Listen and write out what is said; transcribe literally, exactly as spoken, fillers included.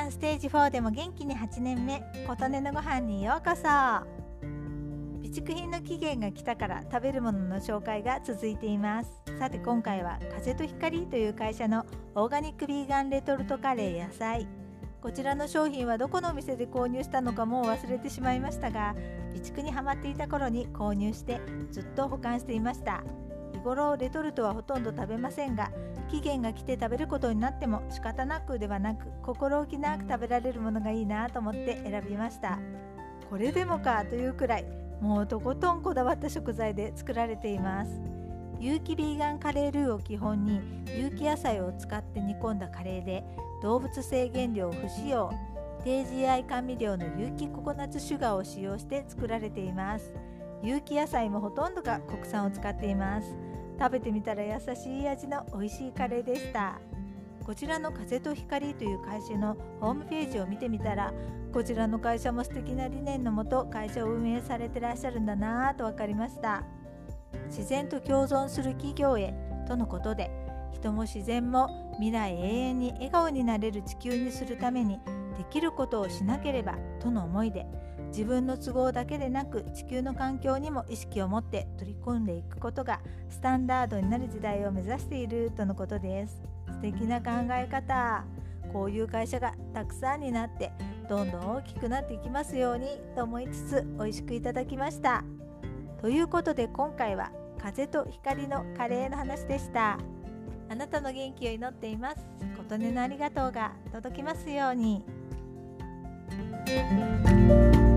んステージフォーでも元気にはちねんめ、琴音のご飯にようこそ。備蓄品の期限が来たから食べるものの紹介が続いています。さて今回は風と光という会社のオーガニックビーガンレトルトカレー野菜。こちらの商品はどこのお店で購入したのかもう忘れてしまいましたが、備蓄にハマっていた頃に購入してずっと保管していました。日頃レトルトはほとんど食べませんが、期限が来て食べることになっても仕方なくではなく、心置きなく食べられるものがいいなと思って選びました。これでもかというくらい、もうとことんこだわった食材で作られています。有機ビーガンカレールーを基本に有機野菜を使って煮込んだカレーで、動物性原料不使用、低 ジーアイ 甘味料の有機ココナッツシュガーを使用して作られています。有機野菜もほとんどが国産を使っています。食べてみたら優しい味の美味しいカレーでした。こちらの風と光という会社のホームページを見てみたら、こちらの会社も素敵な理念のもと会社を運営されてらっしゃるんだなぁと分かりました。自然と共存する企業へとのことで、人も自然も未来永遠に笑顔になれる地球にするためにできることをしなければとの思いで、自分の都合だけでなく地球の環境にも意識を持って取り組んでいくことがスタンダードになる時代を目指しているとのことです。素敵な考え方。こういう会社がたくさんになってどんどん大きくなっていきますようにと思いつつ美味しくいただきました。ということで今回は風と光のカレーの話でした。あなたの元気を祈っています。琴音のありがとうが届きますように。